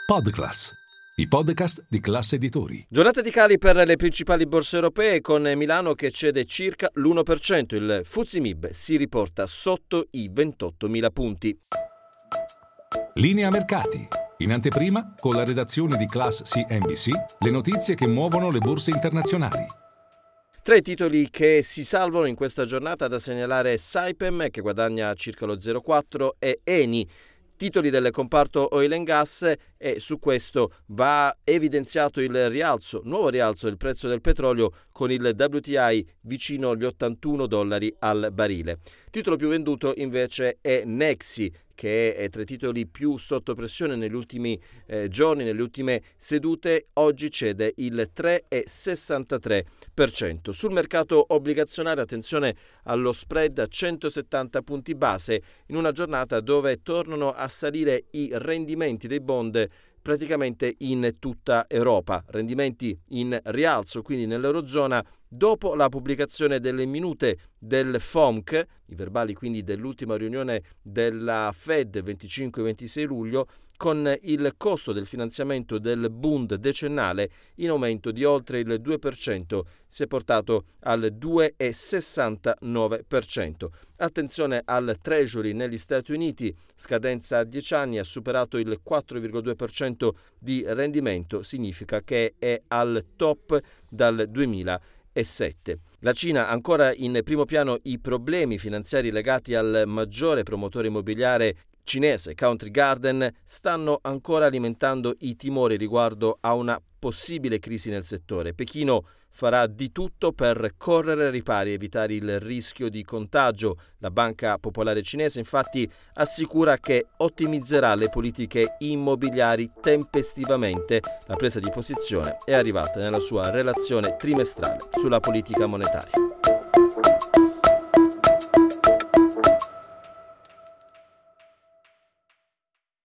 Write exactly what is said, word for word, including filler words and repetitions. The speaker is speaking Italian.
Podclass, i podcast di Class Editori. Giornata di cali per le principali borse europee, con Milano che cede circa l'uno per cento. Il F T S E M I B si riporta sotto i ventottomila punti. Linea mercati. In anteprima, con la redazione di Class C N B C, le notizie che muovono le borse internazionali. Tre titoli che si salvano in questa giornata, da segnalare Saipem che guadagna circa lo zero virgola quattro e Eni, titoli del comparto oil and gas, e su questo va evidenziato il rialzo, nuovo rialzo del prezzo del petrolio, con il W T I vicino agli ottantuno dollari al barile. Titolo più venduto invece è Nexi, che è tra i titoli più sotto pressione negli ultimi eh, giorni, nelle ultime sedute. Oggi cede il tre virgola sessantatré per cento. Sul mercato obbligazionario, attenzione allo spread a centosettanta punti base, in una giornata dove tornano a salire i rendimenti dei bond praticamente in tutta Europa. Rendimenti in rialzo quindi nell'Eurozona dopo la pubblicazione delle minute del F O M C, i verbali quindi dell'ultima riunione della Fed venticinque e ventisei luglio, con il costo del finanziamento del Bund decennale in aumento di oltre il due per cento, si è portato al due virgola sessantanove per cento. Attenzione al Treasury negli Stati Uniti, scadenza a dieci anni, ha superato il quattro virgola due per cento di rendimento, significa che è al top dal duemilasette. La Cina, ancora in primo piano i problemi finanziari legati al maggiore promotore immobiliare cinese Country Garden, stanno ancora alimentando i timori riguardo a una possibile crisi nel settore. Pechino farà di tutto per correre ai ripari e evitare il rischio di contagio. La Banca Popolare Cinese infatti assicura che ottimizzerà le politiche immobiliari tempestivamente. La presa di posizione è arrivata nella sua relazione trimestrale sulla politica monetaria.